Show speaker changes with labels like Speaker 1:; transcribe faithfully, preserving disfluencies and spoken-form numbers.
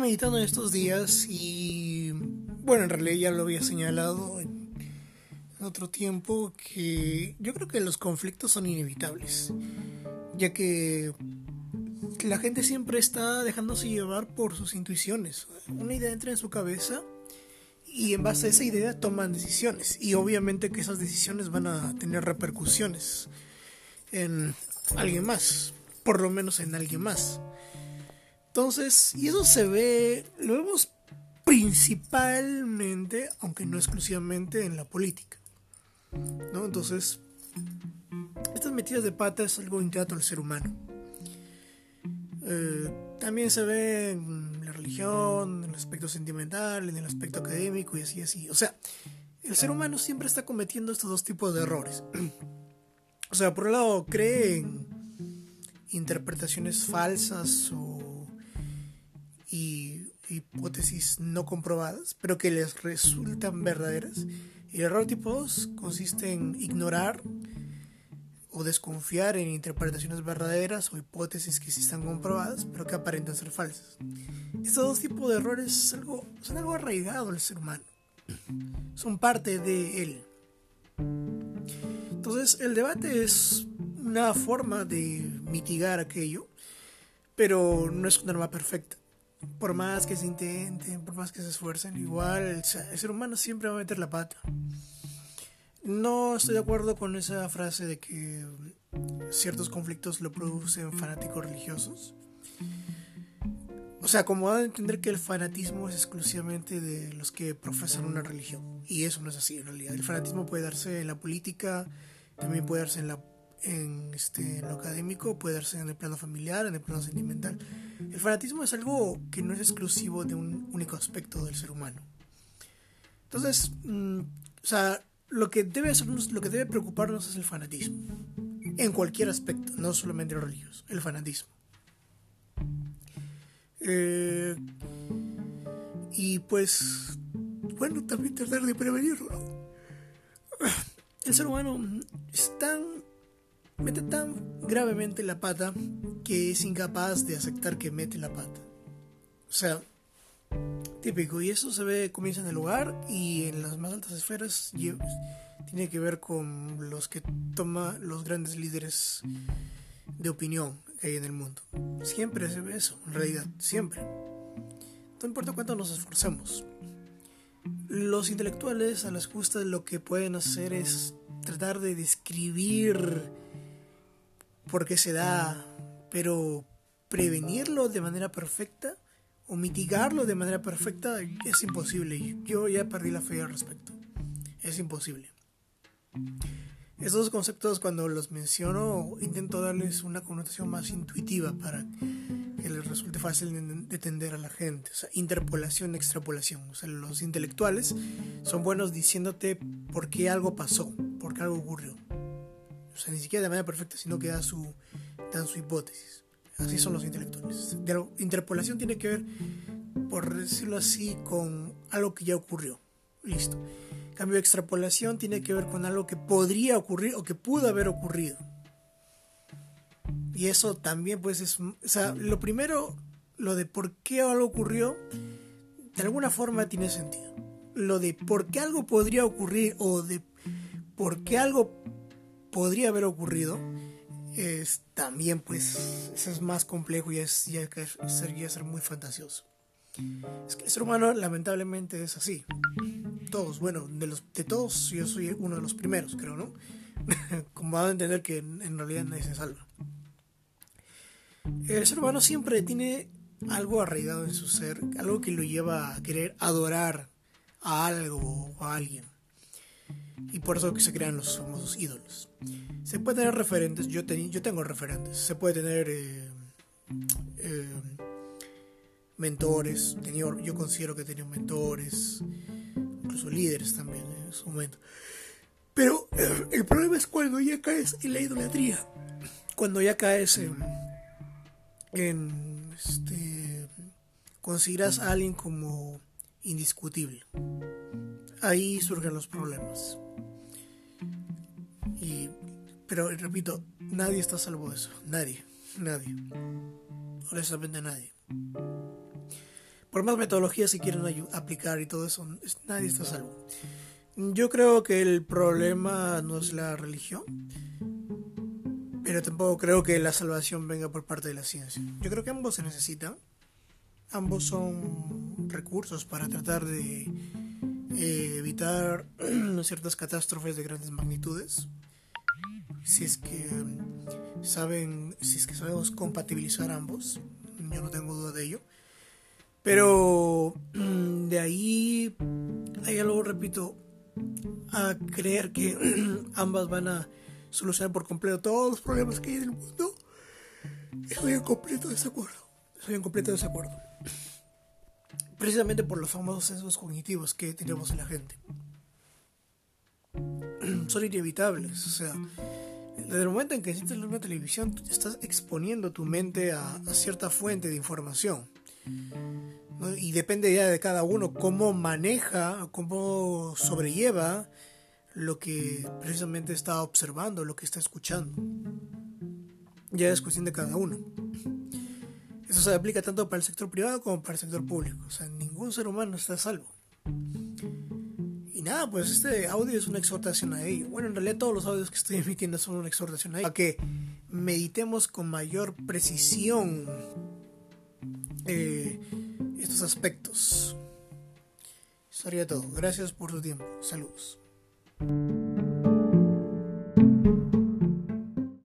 Speaker 1: meditando en estos días y, bueno, en realidad ya lo había señalado en otro tiempo, que yo creo que los conflictos son inevitables, ya que la gente siempre está dejándose llevar por sus intuiciones. Una idea entra en su cabeza y en base a esa idea toman decisiones, y obviamente que esas decisiones van a tener repercusiones en alguien más, por lo menos en alguien más. Entonces, y eso se ve, lo vemos principalmente, aunque no exclusivamente, en la política, ¿no? Entonces, estas metidas de pata es algo innato al ser humano. Eh, también se ve en la religión, en el aspecto sentimental, en el aspecto académico y así, así. O sea, el ser humano siempre está cometiendo estos dos tipos de errores. O sea, por un lado cree en interpretaciones falsas o y hipótesis no comprobadas, pero que les resultan verdaderas. Y el error tipo dos consiste en ignorar o desconfiar en interpretaciones verdaderas o hipótesis que sí están comprobadas, pero que aparentan ser falsas. Estos dos tipos de errores son algo, son algo arraigado al ser humano. Son parte de él. Entonces, el debate es una forma de mitigar aquello, pero no es una norma perfecta. Por más que se intenten, por más que se esfuercen, igual el ser humano siempre va a meter la pata. No estoy de acuerdo con esa frase de que ciertos conflictos lo producen fanáticos religiosos. O sea, como van a entender que el fanatismo es exclusivamente de los que profesan una religión, y eso no es así en realidad. El fanatismo puede darse en la política, también puede darse en la En, este, en lo académico, puede darse en el plano familiar, en el plano sentimental. El fanatismo es algo que no es exclusivo de un único aspecto del ser humano. Entonces, mmm, o sea, lo que debe hacernos, lo que debe preocuparnos es el fanatismo, en cualquier aspecto, no solamente el religioso, el fanatismo. Eh, y pues, bueno, también tratar de prevenirlo. El ser humano es tan mete tan gravemente la pata que es incapaz de aceptar que mete la pata. O sea, típico. Y eso se ve, comienza en el hogar y en las más altas esferas. Tiene que ver con los que toma los grandes líderes de opinión que hay en el mundo. Siempre se ve eso, en realidad, siempre. No importa cuánto nos esforcemos. Los intelectuales, a las justas, lo que pueden hacer es tratar de describir por qué se da, pero prevenirlo de manera perfecta o mitigarlo de manera perfecta es imposible. Yo ya perdí la fe al respecto. Es imposible. Estos conceptos, cuando los menciono, intento darles una connotación más intuitiva para que les resulte fácil de entender a la gente. O sea, interpolación, extrapolación. O sea, los intelectuales son buenos diciéndote por qué algo pasó, por qué algo ocurrió. O sea, ni siquiera de manera perfecta, sino que da su, dan su hipótesis. Así son los intelectuales. De la interpolación tiene que ver, por decirlo así, con algo que ya ocurrió. Listo. En cambio, extrapolación tiene que ver con algo que podría ocurrir o que pudo haber ocurrido. Y eso también, pues, es... O sea, lo primero, lo de por qué algo ocurrió, de alguna forma tiene sentido. Lo de por qué algo podría ocurrir o de por qué algo podría haber ocurrido, es también, pues, eso es más complejo y es, ya sería ser muy fantasioso. Es que el ser humano lamentablemente es así. Todos, bueno, de los de todos yo soy uno de los primeros, creo, ¿no? Como van a entender que en, en realidad nadie se salva. El ser humano siempre tiene algo arraigado en su ser, algo que lo lleva a querer adorar a algo o a alguien. Y por eso que se crean los famosos ídolos. Se puede tener referentes, yo, ten, yo tengo referentes. Se puede tener eh, eh, mentores. Tenía, yo considero que he tenido mentores, incluso líderes también en su momento. Pero eh, el problema es cuando ya caes en la idolatría. Cuando ya caes en, en este, consideras a alguien como indiscutible. Ahí surgen los problemas. Y, pero repito, nadie está a salvo de eso. Nadie, nadie. Honestamente nadie. por más metodologías que quieran ayu- aplicar y todo eso, es- nadie está a salvo. Yo creo que el problema no es la religión, pero tampoco creo que la salvación venga por parte de la ciencia. Yo creo que ambos se necesitan. Ambos son recursos para tratar de eh, evitar ciertas catástrofes de grandes magnitudes. Si es que saben, si es que sabemos compatibilizar ambos, yo no tengo duda de ello. Pero de ahí hay algo, repito, a creer que ambas van a solucionar por completo todos los problemas que hay en el mundo. Estoy en completo desacuerdo. Estoy en completo desacuerdo. Precisamente por los famosos sesgos cognitivos que tenemos en la gente. Son inevitables. O sea, desde el momento en que sientes una televisión, tú estás exponiendo tu mente a, a cierta fuente de información, ¿no? Y depende ya de cada uno cómo maneja, cómo sobrelleva lo que precisamente está observando, lo que está escuchando. Ya es cuestión de cada uno. Eso se aplica tanto para el sector privado como para el sector público. O sea, ningún ser humano está a salvo. Y nada, pues este audio es una exhortación a ello. Bueno, en realidad todos los audios que estoy emitiendo son una exhortación a ello. A que meditemos con mayor precisión eh, estos aspectos. Eso sería todo. Gracias por tu tiempo. Saludos.